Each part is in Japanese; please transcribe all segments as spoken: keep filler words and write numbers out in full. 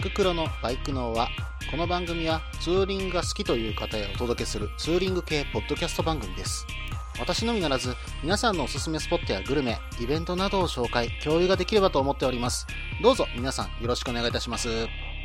ククロのバイク脳は、この番組はツーリングが好きという方へお届けするツーリング系ポッドキャスト番組です。私のみならず皆さんのおすすめスポットやグルメ、イベントなどを紹介、共有ができればと思っております。どうぞ皆さんよろしくお願いいたします。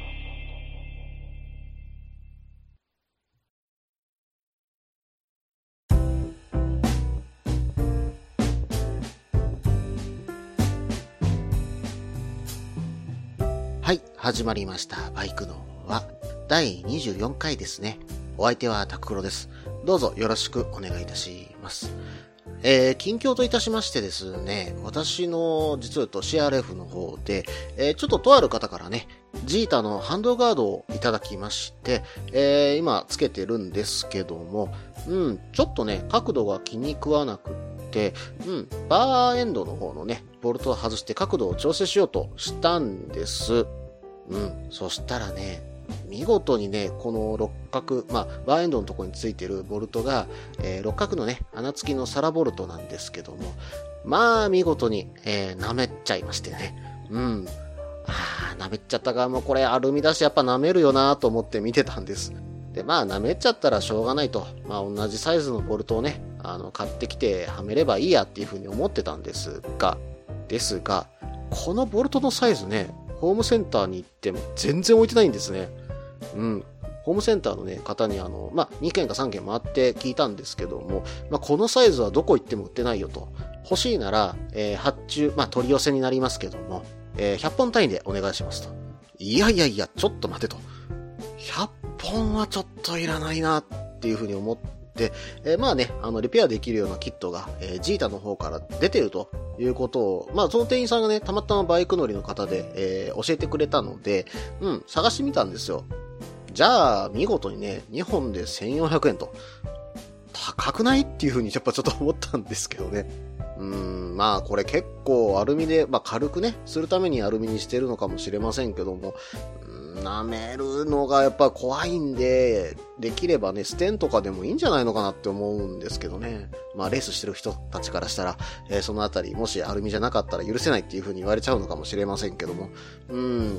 はい、始まりました。バイクのはだいにじゅうよんかいですね。お相手はタククロです。どうぞよろしくお願いいたします。えー、近況といたしましてですね、私の実は言うと シーアールエフ の方で、えー、ちょっととある方からね、ジータのハンドガードをいただきまして、えー、今つけてるんですけども、うん、ちょっとね、角度が気に食わなくて、うん、バーエンドの方のね、ボルトを外して角度を調整しようとしたんです。うん。そしたらね、見事にね、この六角、まあ、バーエンドのところについてるボルトが、えー、六角のね、穴付きのサラボルトなんですけども、まあ、見事に、えー、舐めちゃいましてね。うん。あー、舐めちゃったが、もうこれアルミだしやっぱ舐めるよなと思って見てたんです。で、まあ、舐めちゃったらしょうがないと。まあ、同じサイズのボルトをね、あの、買ってきてはめればいいやっていうふうに思ってたんですが、ですが、このボルトのサイズね、ホームセンターに行っても全然置いてないんですね。うん。ホームセンターのね、方にあの、まあ、にけんかさんけん回って聞いたんですけども、まあ、このサイズはどこ行っても売ってないよと。欲しいなら、えー、発注、まあ、取り寄せになりますけども、えー、ひゃっぽん単位でお願いしますと。いやいやいや、ちょっと待てと。ひゃっぽんはちょっといらないなっていうふうに思って、で、えー、まあね、あの、リペアできるようなキットが、えー、ジータの方から出てるということを、まあ、その店員さんがね、たまたまバイク乗りの方で、えー、教えてくれたので、うん、探してみたんですよ。じゃあ、見事にね、にほんでせんよんひゃくえんと。高くないっていう風にやっぱちょっと思ったんですけどね。うーん、まあこれ結構アルミで、まあ軽くね、するためにアルミにしてるのかもしれませんけども、舐めるのがやっぱ怖いんで、できればね、ステンとかでもいいんじゃないのかなって思うんですけどね。まあレースしてる人たちからしたら、えー、そのあたり、もしアルミじゃなかったら許せないっていう風に言われちゃうのかもしれませんけども。うん、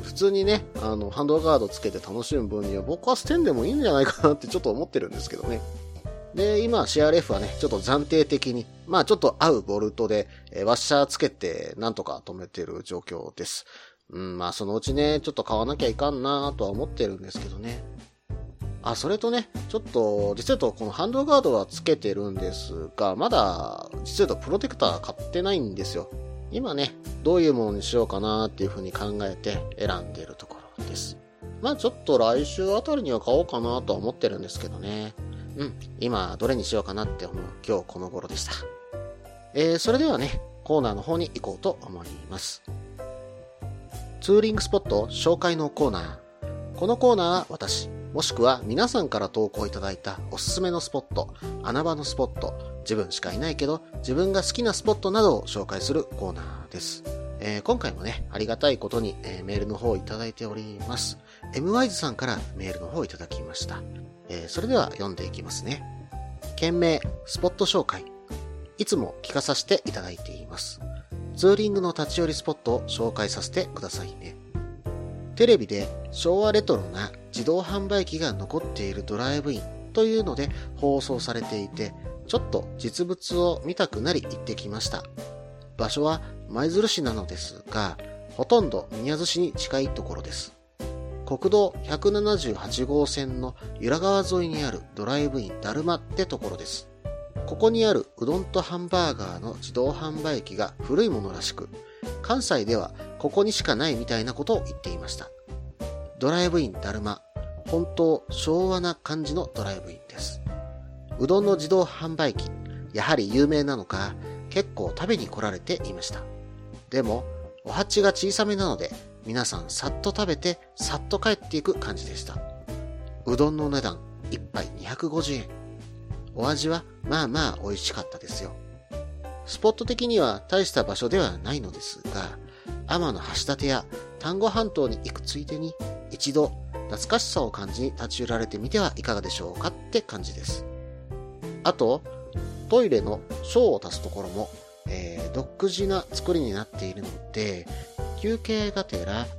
普通にね、あの、ハンドガードつけて楽しむ分には僕はステンでもいいんじゃないかなってちょっと思ってるんですけどね。で、今 シーアールエフ はね、ちょっと暫定的に、まあちょっと合うボルトで、えー、ワッシャーつけてなんとか止めてる状況です。うん、まあそのうちね、ちょっと買わなきゃいかんなとは思ってるんですけどね。あ、それとね、ちょっと、実は言うとこのハンドガードはつけてるんですが、まだ、実は言うとプロテクター買ってないんですよ。今ね、どういうものにしようかなっていう風に考えて選んでいるところです。まあちょっと来週あたりには買おうかなとは思ってるんですけどね。うん、今どれにしようかなって思う今日この頃でした。えー、それではね、コーナーの方に行こうと思います。ツーリングスポット紹介のコーナー。このコーナーは私、もしくは皆さんから投稿いただいたおすすめのスポット、穴場のスポット、自分しかいないけど自分が好きなスポットなどを紹介するコーナーです。えー、今回もね、ありがたいことに、えー、メールの方をいただいております。エムワイズ さんからメールの方をいただきました。えー、それでは読んでいきますね。件名、スポット紹介。いつも聞かさせていただいています。ツーリングの立ち寄りスポットを紹介させてくださいね。テレビで昭和レトロな自動販売機が残っているドライブインというので放送されていて、ちょっと実物を見たくなり行ってきました。場所は舞鶴市なのですが、ほとんど宮津市に近いところです。国道ひゃくななじゅうはちごうせんの由良川沿いにあるドライブインだるまってところです。ここにあるうどんとハンバーガーの自動販売機が古いものらしく、関西ではここにしかないみたいなことを言っていました。ドライブインだるま、本当昭和な感じのドライブインです。うどんの自動販売機、やはり有名なのか、結構食べに来られていました。でも、お鉢が小さめなので、皆さんさっと食べて、さっと帰っていく感じでした。うどんのお値段、いっぱいにひゃくごじゅうえん。お味はまあまあ美味しかったですよ。スポット的には大した場所ではないのですが、天橋立や丹後半島に行くついでに一度懐かしさを感じに立ち寄られてみてはいかがでしょうかって感じです。あと、トイレの小を足すところも、えー、独自な作りになっているので、休憩がてら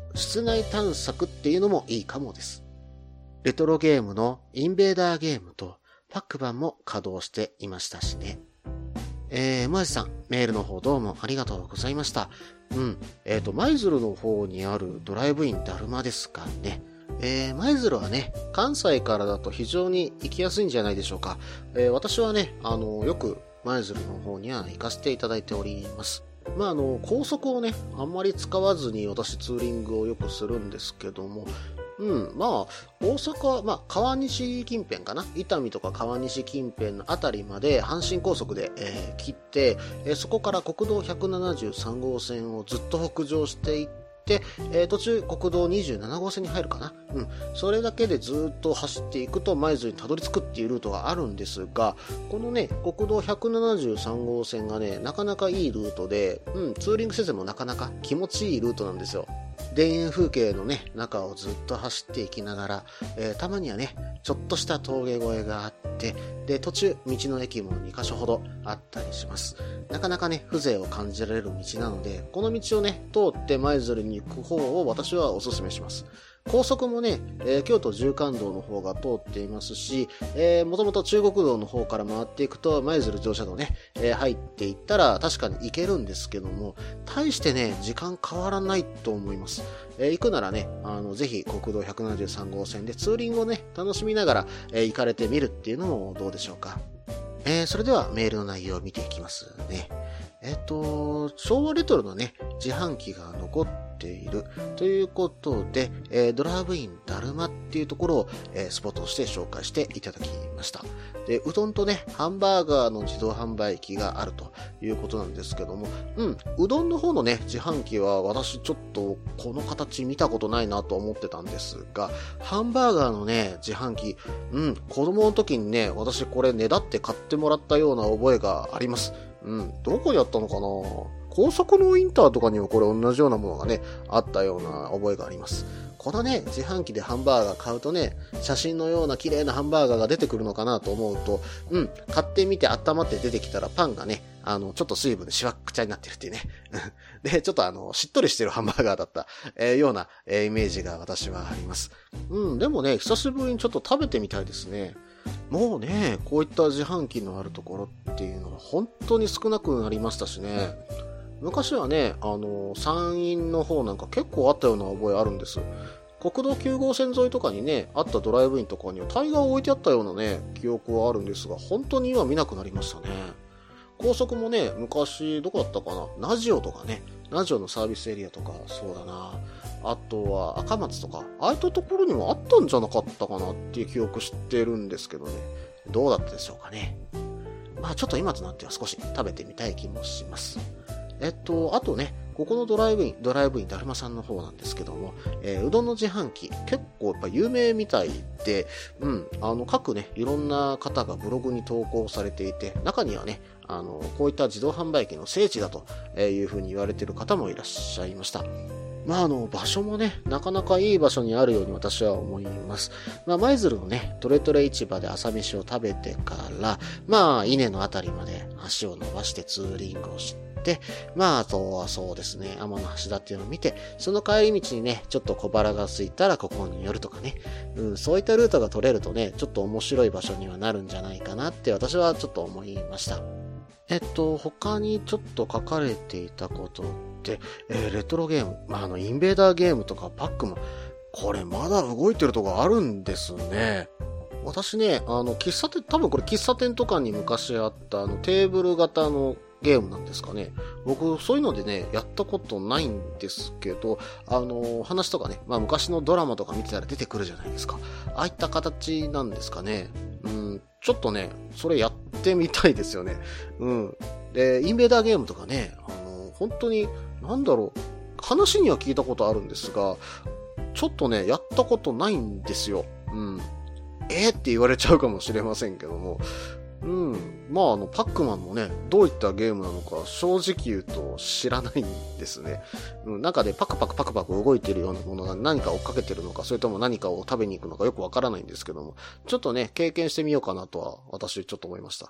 室内探索っていうのもいいかもです。レトロゲームのインベーダーゲームとパックマンも稼働していましたしね。えー、マジさん、メールの方どうもありがとうございました。うん。えっと、舞鶴の方にあるドライブインだるまですかね。えー、舞鶴はね、関西からだと非常に行きやすいんじゃないでしょうか。えー、私はね、あの、よく舞鶴の方には行かせていただいております。まあ、あの、高速をね、あんまり使わずに私ツーリングをよくするんですけども、うん、まあ、大阪、まあ、川西近辺かな、伊丹とか川西近辺のあたりまで阪神高速で、えー、切って、えー、そこから国道ひゃくななじゅうさん号線をずっと北上していって、えー、途中国道にじゅうなな号線に入るかな。うん。それだけでずっと走っていくと舞鶴にたどり着くっていうルートがあるんですが、このね、国道ひゃくななじゅうさん号線がね、なかなかいいルートで、うん、ツーリングせずもなかなか気持ちいいルートなんですよ。田園風景のね、中をずっと走っていきながら、えー、たまにはね、ちょっとした峠越えがあって、で、途中、道の駅もにカ所ほどあったりします。なかなかね、風情を感じられる道なので、この道をね、通って舞鶴に行く方を私はお勧めします。高速もね、えー、京都縦貫道の方が通っていますし、えー、もともと中国道の方から回っていくと舞鶴乗車道ね、えー、入っていったら確かに行けるんですけども、大してね、時間変わらないと思います。えー、行くならね、あの、ぜひ国道ひゃくななじゅうさん号線でツーリングをね、楽しみながら、えー、行かれてみるっていうのもどうでしょうか。えー、それではメールの内容を見ていきますね。えっと、昭和レトロのね、自販機が残っているということで、えー、ドライブインだるまっていうところを、えー、スポットとして紹介していただきました。で、うどんとね、ハンバーガーの自動販売機があるということなんですけども、うん、うどんの方のね、自販機は私ちょっとこの形見たことないなと思ってたんですが、ハンバーガーのね、自販機、うん、子供の時にね、私これねだって買ってもらったような覚えがあります。うん、どこにあったのかな？高速のインターとかにもこれ同じようなものがね、あったような覚えがあります。このね、自販機でハンバーガー買うとね、写真のような綺麗なハンバーガーが出てくるのかなと思うと、うん、買ってみて温まって出てきたらパンがね、あの、ちょっと水分でしわくちゃになってるっていうね。で、ちょっとあの、しっとりしてるハンバーガーだった、えー、ような、えー、イメージが私はあります。うん、でもね、久しぶりにちょっと食べてみたいですね。もうね、こういった自販機のあるところっていうのは本当に少なくなりましたしね。昔はね、あの、山陰の方なんか結構あったような覚えあるんです。国道きゅう号線沿いとかにね、あったドライブインとかにはタイヤを置いてあったようなね、記憶はあるんですが、本当に今見なくなりましたね。高速もね、昔どこだったかな、ナジオとかね、ナジオのサービスエリアとか、そうだな。あとは赤松とか、ああいったところにもあったんじゃなかったかなっていう記憶知ってるんですけどね。どうだったでしょうかね。まあちょっと今となっては少し食べてみたい気もします。えっと、あとね、ここのドライブイン、ドライブインだるまさんの方なんですけども、えー、うどんの自販機、結構やっぱ有名みたいで、うん、あの、各ね、いろんな方がブログに投稿されていて、中にはね、あの、こういった自動販売機の聖地だというふうに言われている方もいらっしゃいました。まあ、あの、場所もね、なかなかいい場所にあるように私は思います。まあ、舞鶴のね、トレトレ市場で朝飯を食べてから、まあ、稲のあたりまで足を伸ばしてツーリングをして、で、まあ、あとはそうですね、天橋立っていうのを見て、その帰り道にね、ちょっと小腹が空いたらここに寄るとかね、うん、そういったルートが取れるとね、ちょっと面白い場所にはなるんじゃないかなって私はちょっと思いました。えっと、他にちょっと書かれていたことって、えー、レトロゲーム、まあ、あの、インベーダーゲームとかパックマン、これまだ動いてるとこあるんですね。私ね、あの、喫茶店、多分これ喫茶店とかに昔あったあのテーブル型のゲームなんですかね。僕、そういうのでね、やったことないんですけど、あの、話とかね、まあ昔のドラマとか見てたら出てくるじゃないですか。ああいった形なんですかね。うん、ちょっとね、それやってみたいですよね。うん。で、インベーダーゲームとかね、あの、本当に、なんだろう、話には聞いたことあるんですが、ちょっとね、やったことないんですよ。うん。えーって言われちゃうかもしれませんけども。うん。まあ、あの、パックマンもね、どういったゲームなのか、正直言うと知らないんですね。うん、中でパクパクパクパク動いてるようなものが何か追っかけてるのか、それとも何かを食べに行くのかよくわからないんですけども、ちょっとね、経験してみようかなとは、私ちょっと思いました。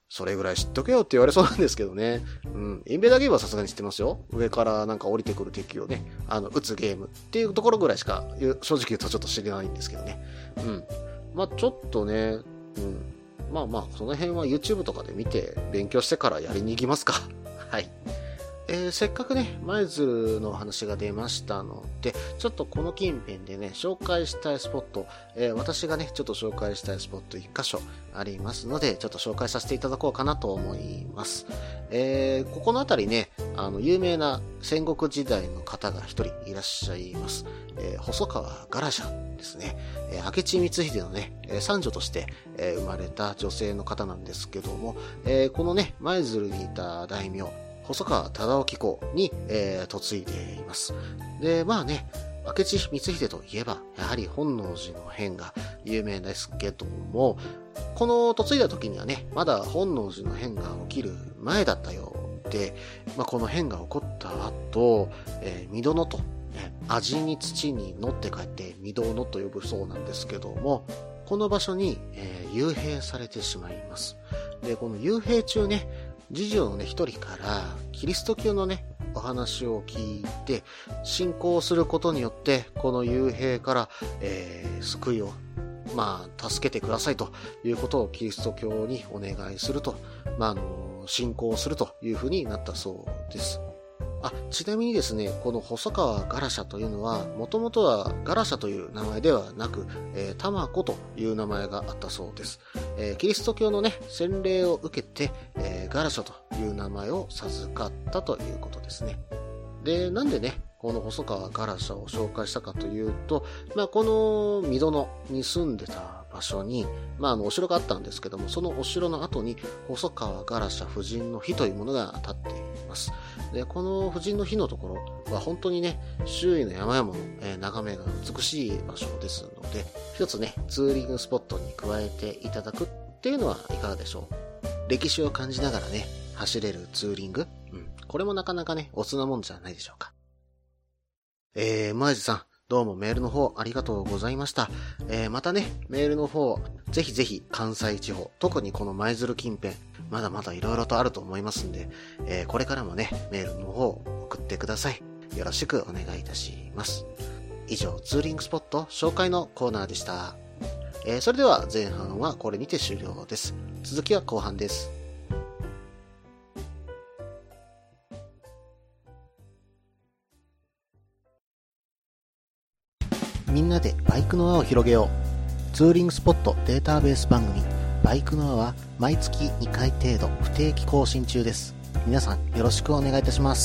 それぐらい知っとけよって言われそうなんですけどね。うん。インベーダーゲームはさすがに知ってますよ。上からなんか降りてくる敵をね、あの、撃つゲームっていうところぐらいしか、正直言うとちょっと知れないんですけどね。うん。まあちょっとね、うん。まあまあ、その辺は YouTube とかで見て勉強してからやりに行きますか。はい。えー、せっかくね、舞鶴の話が出ましたので、ちょっとこの近辺でね、紹介したいスポット、えー、私がね、ちょっと紹介したいスポットいっ箇所ありますので、ちょっと紹介させていただこうかなと思います。えー、ここのあたりね、あの、有名な戦国時代の方が一人いらっしゃいます。えー、細川ガラシャですね。えー、明智光秀のね、えー、三女として、えー、生まれた女性の方なんですけども、えー、このね、舞鶴にいた大名、細川忠興公に、えー、嫁いでいます。で、まあね、明智光秀といえば、やはり本能寺の変が有名ですけども、この嫁いだ時にはね、まだ本能寺の変が起きる前だったようで、まあ、この変が起こった後、えー、御殿と、ね、味に土に乗って帰って御殿と呼ぶそうなんですけども、この場所に、えー、幽閉されてしまいます。で、この幽閉中ね、次女のね、一人から、キリスト教のね、お話を聞いて、信仰することによって、この幽閉から、えー、救いを、まあ、助けてくださいということをキリスト教にお願いすると、まあ、あの、信仰するというふうになったそうです。あ、ちなみにですね、この細川ガラシャというのは、もともとはガラシャという名前ではなく、えー、タマコという名前があったそうです。えー、キリスト教のね、洗礼を受けて、えー、ガラシャという名前を授かったということですね。で、なんでね、この細川ガラシャを紹介したかというと、まあ、この御殿に住んでた場所に、まあ、あの、お城があったんですけども、そのお城の後に、細川ガラシャ夫人の碑というものが建っています。で、この夫人の碑のところは本当にね、周囲の山々の、えー、眺めが美しい場所ですので、一つね、ツーリングスポットに加えていただくっていうのはいかがでしょう。歴史を感じながらね、走れるツーリング、うん、これもなかなかね、おつなもんじゃないでしょうか。えー、マイズさん、どうもメールの方ありがとうございました。えー、またね、メールの方、ぜひぜひ関西地方、特にこの舞鶴近辺、まだまだ色々とあると思いますんで、えー、これからもね、メールの方送ってください。よろしくお願いいたします。以上、ツーリングスポット紹介のコーナーでした。えー、それでは前半はこれにて終了です。続きは後半です。みんなでバイクの輪を広げよう。ツーリングスポットデータベース番組バイクの輪は毎月にかい程度不定期更新中です。皆さんよろしくお願いいたします。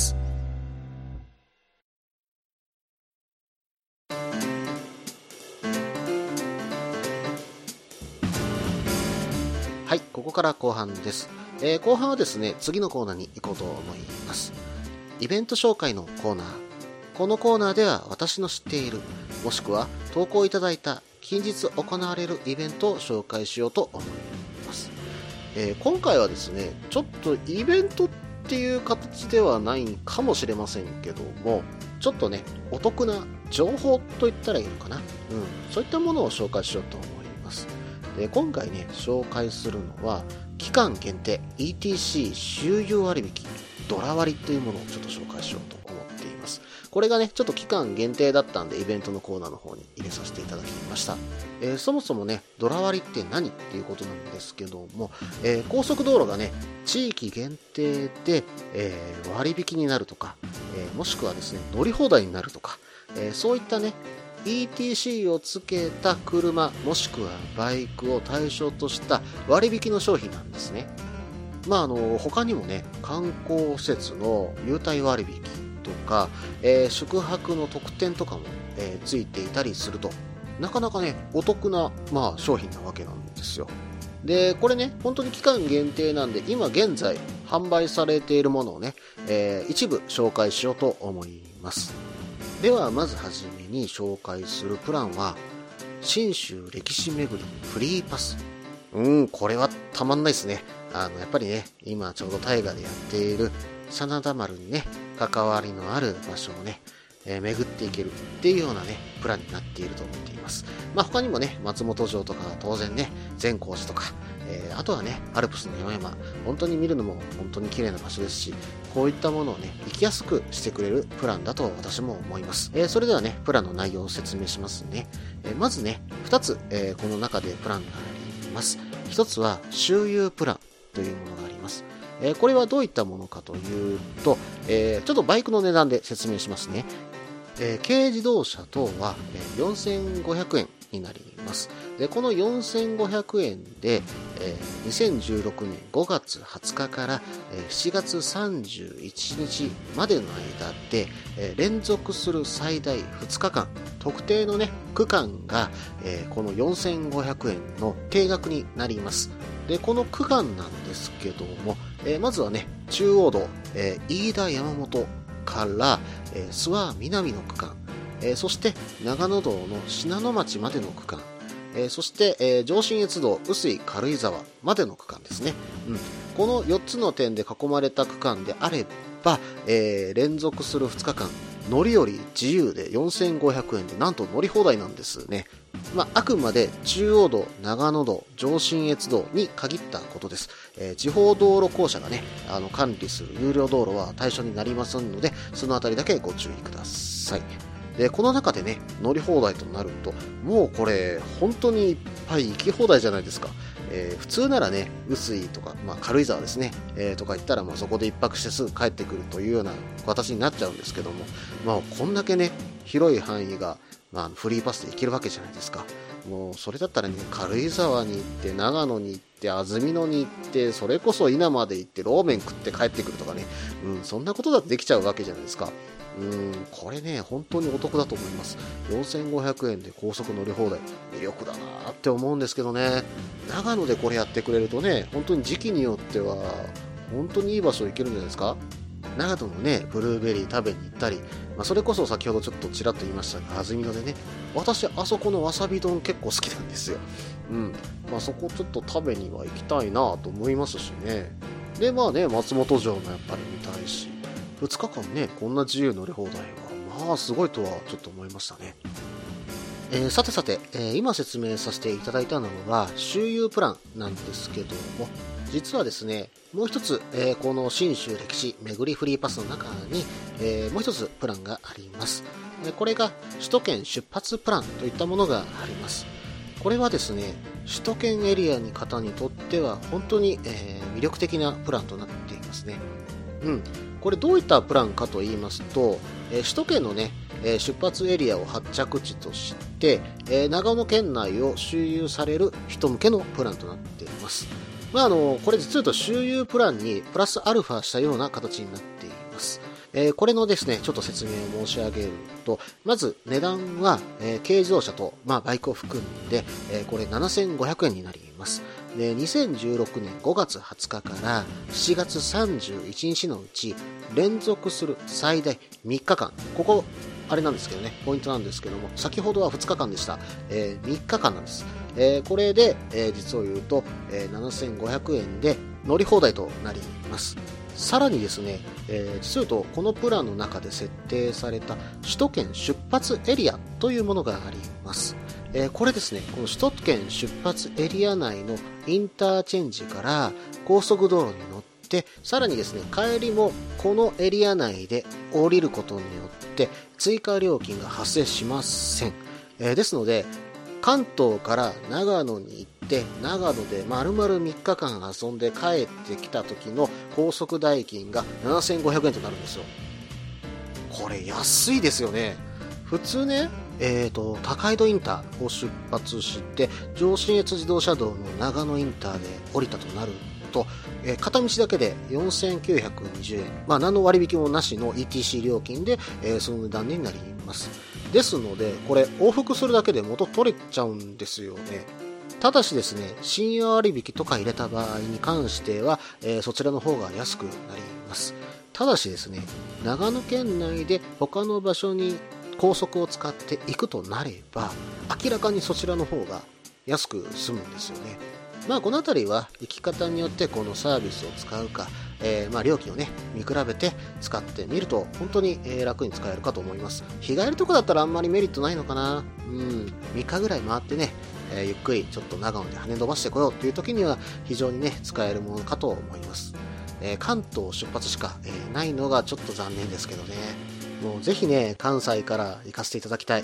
はい、ここから後半です。えー、後半はですね、次のコーナーに行こうと思います。イベント紹介のコーナー。このコーナーでは私の知っている、もしくは投稿いただいた近日行われるイベントを紹介しようと思います。えー、今回はですね、ちょっとイベントっていう形ではないかもしれませんけども、ちょっとね、お得な情報と言ったらいいのかな。うん、そういったものを紹介しようと思います。で、今回ね、紹介するのは、期間限定 イーティーシー 周遊割引ドラ割というものをちょっと紹介しようと思っています。これがね、ちょっと期間限定だったんで、イベントのコーナーの方に入れさせていただきました。えー、そもそもね、ドラ割って何っていうことなんですけども、えー、高速道路がね、地域限定で、えー、割引になるとか、えー、もしくはですね、乗り放題になるとか、えー、そういったね、イーティーシー をつけた車、もしくはバイクを対象とした割引の商品なんですね。まあ、あの、他にもね、観光施設の優待割引とか、えー、宿泊の特典とかも、えー、ついていたりすると、なかなかね、お得な、まあ、商品なわけなんですよ。で、これね、本当に期間限定なんで、今現在販売されているものをね、えー、一部紹介しようと思います。では、まずはじめに紹介するプランは、信州歴史巡りフリーパス。うん、これはたまんないですね。あの、やっぱりね、今ちょうど大河でやっている真田丸にね、関わりのある場所をね、えー、巡っていけるっていうようなね、プランになっていると思っています。まあ、他にもね、松本城とか当然ね、善光寺とか、 えー、あとはね、アルプスの山々、本当に見るのも本当に綺麗な場所ですし、こういったものをね、行きやすくしてくれるプランだと私も思います。えー、それではね、プランの内容を説明しますね。えー、まずね、ふたつ、えー、この中でプランがあります。ひとつは、周遊プランというものがあります。えー、これはどういったものかというと、えー、ちょっとバイクの値段で説明しますね。えー、軽自動車等はよんせんごひゃくえんになります。で、このよんせんごひゃくえんで、えー、にせんじゅうろくねんごがつはつかから、えー、しちがつさんじゅういちにちまでの間で、えー、連続する最大ふつかかん、特定のね、区間が、えー、このよんせんごひゃくえんの定額になります。で、この区間なんですけども、えー、まずはね、中央道、えー、飯田山本から、えー、諏訪南の区間、えー、そして長野道の信濃町までの区間、えー、そして、えー、上信越道碓井軽井沢までの区間ですね、うん、このよっつの点で囲まれた区間であれば、えー、連続するふつかかん乗り降り自由でよんせんごひゃくえんでなんと乗り放題なんですね。まあ、あくまで中央道、長野道、上信越道に限ったことです。えー、地方道路公社がね、あの管理する有料道路は対象になりませんので、そのあたりだけご注意ください。で、この中でね、乗り放題となると、もうこれ、本当にいっぱい行き放題じゃないですか。えー、普通ならね、碓井とか、まあ、軽井沢ですね、えー、とか行ったら、まあ、そこで一泊してすぐ帰ってくるというような形になっちゃうんですけども、まあ、こんだけね、広い範囲が、まあ、フリーパスで行けるわけじゃないですか。もう、それだったらね、軽井沢に行って、長野に行って、安曇野に行って、それこそ稲まで行って、ローメン食って帰ってくるとかね、うん、そんなことだってできちゃうわけじゃないですか。うん、これね、本当にお得だと思います。よんせんごひゃくえんで高速乗り放題、魅力だなって思うんですけどね。長野でこれやってくれるとね、本当に時期によっては、本当にいい場所行けるんじゃないですか。長野のね、ブルーベリー食べに行ったり、まあ、それこそ先ほどちょっとちらっと言いましたが、安曇野でね、私、あそこのわさび丼結構好きなんですよ。うん。まあ、そこちょっと食べには行きたいなと思いますしね。で、まあね、松本城もやっぱり見たいし、ふつかかんね、こんな自由乗り放題は、まあ、すごいとはちょっと思いましたね。えー、さてさて、えー、今説明させていただいたのは、周遊プランなんですけども、実はですね、もう一つ、えー、この信州歴史巡りフリーパスの中に、えー、もう一つプランがあります。えー、これが首都圏出発プランといったものがあります。これはですね、首都圏エリアに方にとっては本当に、えー、魅力的なプランとなっていますね。うん。これどういったプランかと言いますと、えー、首都圏のね、えー、出発エリアを発着地として、えー、長野県内を周遊される人向けのプランとなっています。まあ、あの、これ実は言うと周遊プランにプラスアルファしたような形になっています。えー、これのですね、ちょっと説明を申し上げると、まず値段は、えー、軽自動車と、まあ、バイクを含んで、えー、これななせんごひゃくえんになります。で、にせんじゅうろくねんごがつはつかからしちがつさんじゅういちにちのうち、連続する最大みっかかん、ここ、あれなんですけどね、ポイントなんですけども、先ほどはふつかかんでした。えー、みっかかんなんです。えー、これで、えー、実を言うと、えー、ななせんごひゃくえんで乗り放題となります。さらにですね、えー、実を言うと、このプランの中で設定された首都圏出発エリアというものがあります。えー、これですね、この首都圏出発エリア内のインターチェンジから高速道路に乗って、さらにですね、帰りもこのエリア内で降りることによって追加料金が発生しません。えー、ですので、関東から長野に行って、長野で丸々みっかかん遊んで帰ってきた時の高速代金がななせんごひゃくえんとなるんですよ。これ安いですよね。普通ね、えーと、高井戸インターを出発して、上信越自動車道の長野インターで降りたとなると、えー、片道だけでよんせんきゅうひゃくにじゅうえん、まあ何の割引もなしの イーティーシー 料金で、えー、その値段になります。ですので、これ往復するだけで元取れちゃうんですよね。ただしですね、深夜割引とか入れた場合に関しては、えー、そちらの方が安くなります。ただしですね、長野県内で他の場所に高速を使っていくとなれば、明らかにそちらの方が安く済むんですよね。まあこのあたりは行き方によってこのサービスを使うか、えー、まあ料金をね見比べて使ってみると本当に楽に使えるかと思います。日帰りとかだったらあんまりメリットないのかな。うん、みっかぐらい回ってね、 えー、ゆっくりちょっと長野で羽伸ばしてこようという時には非常にね使えるものかと思います。えー、関東出発しか、えー、ないのがちょっと残念ですけどね。もうぜひね関西から行かせていただきたい。うん。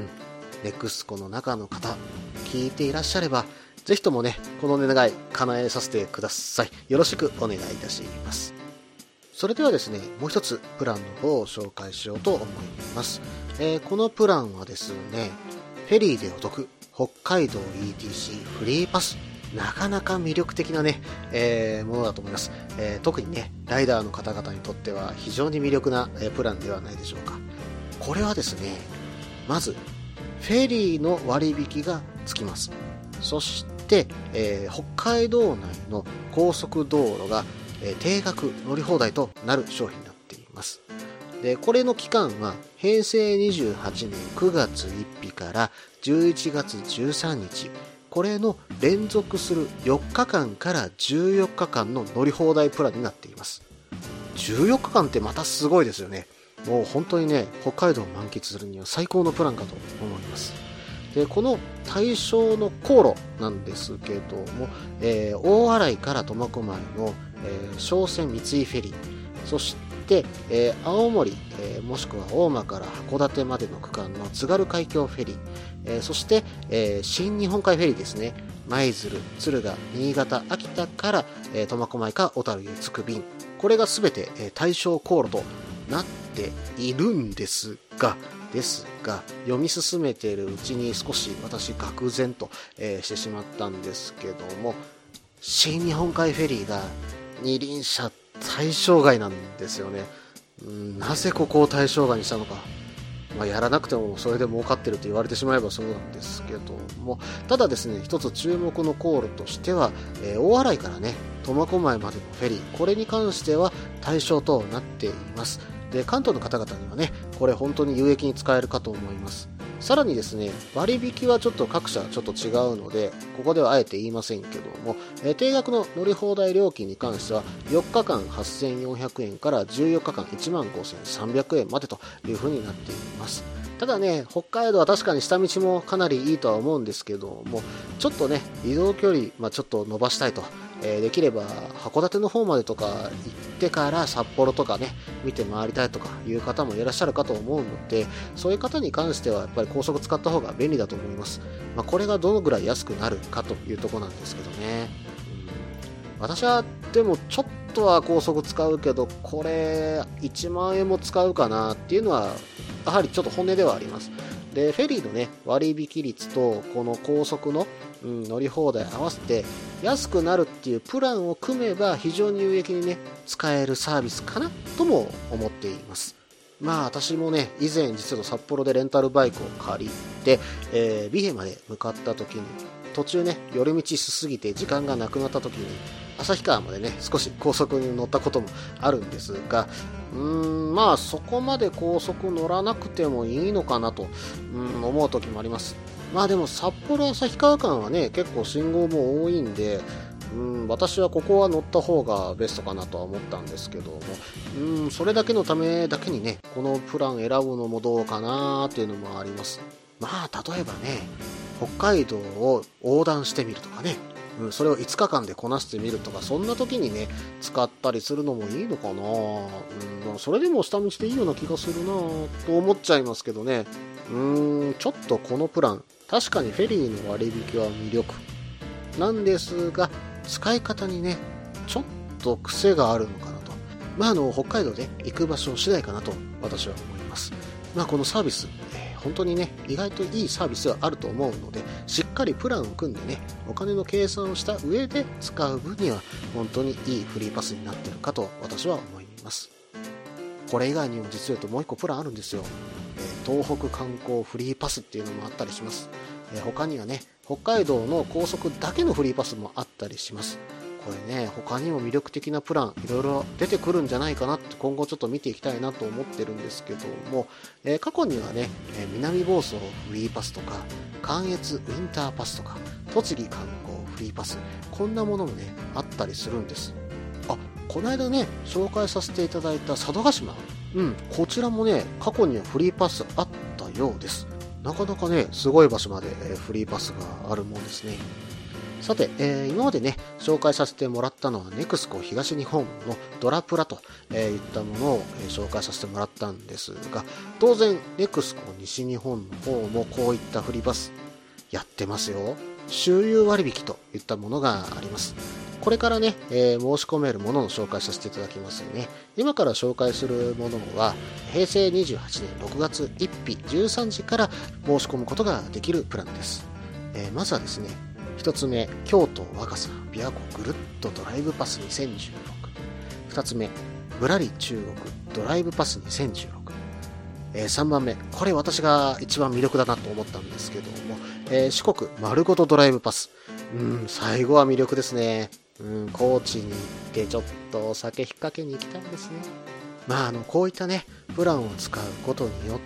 ネクスコの中の方聞いていらっしゃればぜひともねこの願い叶えさせてください。よろしくお願いいたします。それではですねもう一つプランの方を紹介しようと思います。えー、このプランはですねフェリーでお得北海道 イーティーシー フリーパス、なかなか魅力的なね、えー、ものだと思います。えー、特にねライダーの方々にとっては非常に魅力な、えー、プランではないでしょうか。これはですねまずフェリーの割引がつきます。そして、えー、北海道内の高速道路が、えー、定額乗り放題となる商品になっています。でこれの期間はへいせいにじゅうはちねんくがつついたちからじゅういちがつじゅうさんにち、これの連続するよっかかんからじゅうよっかかんの乗り放題プランになっています。じゅうよっかかんってまたすごいですよね。もう本当にね北海道を満喫するには最高のプランかと思います。でこの対象の航路なんですけども、えー、大洗から苫小牧の、えー、商船三井フェリー、そしてえー、青森、えー、もしくは大間から函館までの区間の津軽海峡フェリー、えー、そして、えー、新日本海フェリーですね、舞鶴、敦賀、新潟、秋田から苫小牧か小樽へ着く便、これがすべて、えー、対象航路となっているんですがですが読み進めているうちに少し私愕然と、えー、してしまったんですけども、新日本海フェリーが二輪車対象外なんですよね。うん、なぜここを対象外にしたのか、まあ、やらなくてもそれで儲かってると言われてしまえばそうなんですけども、ただですね一つ注目の航路としては、えー、大洗からね苫小牧までのフェリー、これに関しては対象となっています。で関東の方々にはねこれ本当に有益に使えるかと思います。さらにですね割引はちょっと各社ちょっと違うのでここではあえて言いませんけども、えー、定額の乗り放題料金に関してはよっかかんはっせんよんひゃくえんからじゅうよっかかんいちまんごせんさんびゃくえんまでという風になっています。ただね北海道は確かに下道もかなりいいとは思うんですけども、ちょっとね移動距離、まあ、ちょっと伸ばしたいと、えー、できれば函館の方までとか行ってから札幌とかね見て回りたいとかいう方もいらっしゃるかと思うので、そういう方に関してはやっぱり高速使った方が便利だと思います。まあ、これがどのぐらい安くなるかというところなんですけどね、うん、私はでもちょっとは高速使うけどこれいちまんえんも使うかなっていうのはやはりちょっと本音ではあります。でフェリーのね割引率とこの高速の、うん、乗り放題合わせて安くなるっていうプランを組めば非常に有益にね使えるサービスかなとも思っています。まあ私もね以前実は札幌でレンタルバイクを借りて、えー、美瑛まで向かった時に途中ね寄り道しすぎて時間がなくなった時に旭川までね少し高速に乗ったこともあるんですが、うーんまあそこまで高速乗らなくてもいいのかなと、うん、思う時もあります。まあでも札幌旭川間はね結構信号も多いんで、うん、私はここは乗った方がベストかなとは思ったんですけども、うん、それだけのためだけにねこのプラン選ぶのもどうかなっていうのもあります。まあ例えばね北海道を横断してみるとかね、うん、それをいつかかんでこなしてみるとか、そんな時にね使ったりするのもいいのかな、うん、それでも下道でいいような気がするなと思っちゃいますけどね。うーんちょっとこのプラン確かにフェリーの割引は魅力なんですが使い方にねちょっと癖があるのかなと、まああの北海道で行く場所次第かなと私は思います。まあこのサービス、えー、本当にね意外といいサービスではあると思うので、しっかりプランを組んでねお金の計算をした上で使う分には本当にいいフリーパスになっているかと私は思います。これ以外にも実は言うともう一個プランあるんですよ。東北観光フリーパスっていうのもあったりします。えー、他にはね北海道の高速だけのフリーパスもあったりします。これね他にも魅力的なプランいろいろ出てくるんじゃないかなって今後ちょっと見ていきたいなと思ってるんですけども、えー、過去にはね、えー、南房総フリーパスとか関越ウィンターパスとか栃木観光フリーパス、こんなものもねあったりするんです。あ、この間ね紹介させていただいた佐渡島、うん、こちらもね過去にはフリーパスあったようです。 なかなかね、すごい場所まで、えー、フリーパスがあるもんですね。さて、えー、今までね、紹介させてもらったのはネクスコ東日本のドラプラと、えー、いったものを、えー、紹介させてもらったんですが、当然ネクスコ西日本の方もこういったフリーパスやってますよ。周遊割引といったものがあります。これからね、えー、申し込めるものの紹介させていただきますよね。今から紹介するものはへいせいにじゅうはちねんろくがつついたちじゅうさんじから申し込むことができるプランです。えー、まずはですね、一つ目、京都若狭琵琶湖ぐるっとドライブパスにせんじゅうろく。二つ目、ぶらり中国ドライブパスにせんじゅうろく。えー、さんばんめ、これ私が一番魅力だなと思ったんですけども、えー、四国丸ごとドライブパス。うん、最後は魅力ですね。うん、高知に行ってちょっとお酒引っ掛けに行きたいですね。まあ、あの、こういったね、プランを使うことによって、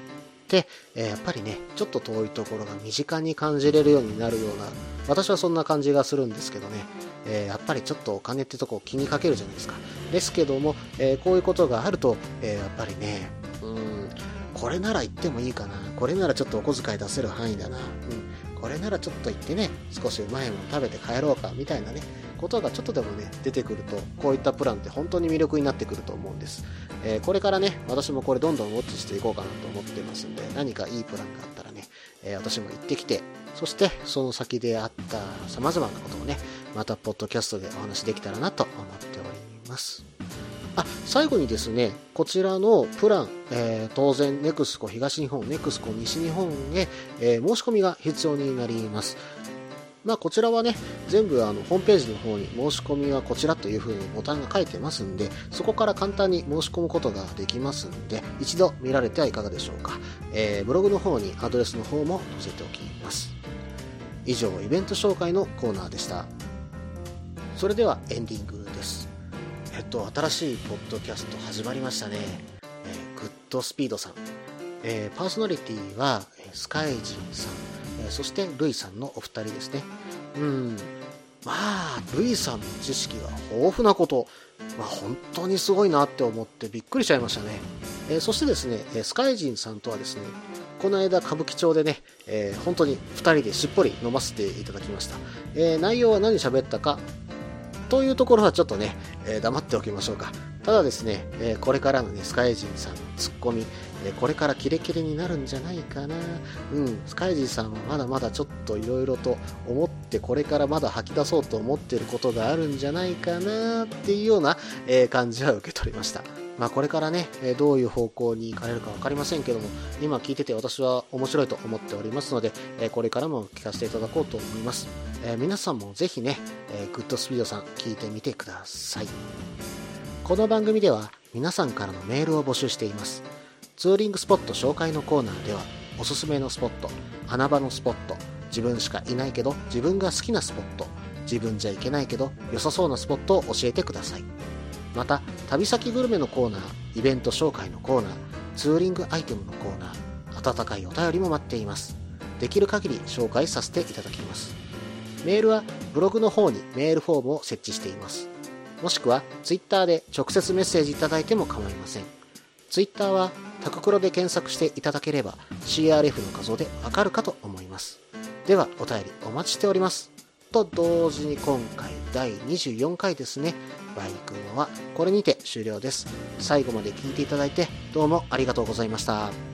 えー、やっぱりね、ちょっと遠いところが身近に感じれるようになるような、私はそんな感じがするんですけどね、えー、やっぱりちょっとお金ってとこ気にかけるじゃないですか。ですけども、えー、こういうことがあると、えー、やっぱりね、うん、これなら行ってもいいかな、これならちょっとお小遣い出せる範囲だな、うん、これならちょっと行ってね、少しうまいもの食べて帰ろうかみたいなね、ことがちょっとでもね出てくると、こういったプランって本当に魅力になってくると思うんです。えー、これからね、私もこれどんどんウォッチしていこうかなと思ってますんで、何かいいプランがあったらね、えー、私も行ってきて、そしてその先であった様々なことをね、またポッドキャストでお話できたらなと思っております。あ、最後にですね、こちらのプラン、えー、当然ネクスコ東日本、ネクスコ西日本へ、えー、申し込みが必要になります。まあ、こちらはね、全部あのホームページの方に申し込みはこちらという風にボタンが書いてますんで、そこから簡単に申し込むことができますんで、一度見られてはいかがでしょうか。えー、ブログの方にアドレスの方も載せておきます。以上、イベント紹介のコーナーでした。それではエンディングです。えっと、新しいポッドキャスト始まりましたね。えー、グッドスピードさん。えー、パーソナリティはスカイジンさん、えー、そしてルイさんのお二人ですね。うん、まあルイさんの知識が豊富なこと、まあ、本当にすごいなって思ってびっくりしちゃいましたね。えー、そしてですね、スカイジンさんとはですね、この間歌舞伎町でね、えー、本当にふたりでしっぽり飲ませていただきました。えー、内容は何喋ったかというところはちょっとね、えー、黙っておきましょうか。ただですね、えー、これからのね、スカイジンさんのツッコミ、えー、これからキレキレになるんじゃないかな。うん、スカイジンさんはまだまだちょっといろいろと思って、これからまだ吐き出そうと思っていることがあるんじゃないかなっていうような、えー、感じは受け取りました。まあこれからね、えー、どういう方向に行かれるか分かりませんけども、今聞いてて私は面白いと思っておりますので、えー、これからも聞かせていただこうと思います。えー、皆さんもぜひね、えー、グッドスピードさん聞いてみてください。この番組では皆さんからのメールを募集しています。ツーリングスポット紹介のコーナーでは、おすすめのスポット、穴場のスポット、自分しかいないけど自分が好きなスポット、自分じゃいけないけど良さそうなスポットを教えてください。また、旅先グルメのコーナー、イベント紹介のコーナー、ツーリングアイテムのコーナー、温かいお便りも待っています。できる限り紹介させていただきます。メールはブログの方にメールフォームを設置しています。もしくはツイッターで直接メッセージいただいても構いません。ツイッターはタククロで検索していただければ シーアールエフ の画像でわかるかと思います。ではお便りお待ちしております。と同時に今回だいにじゅうよんかいですね、バイクのはこれにて終了です。最後まで聞いていただいてどうもありがとうございました。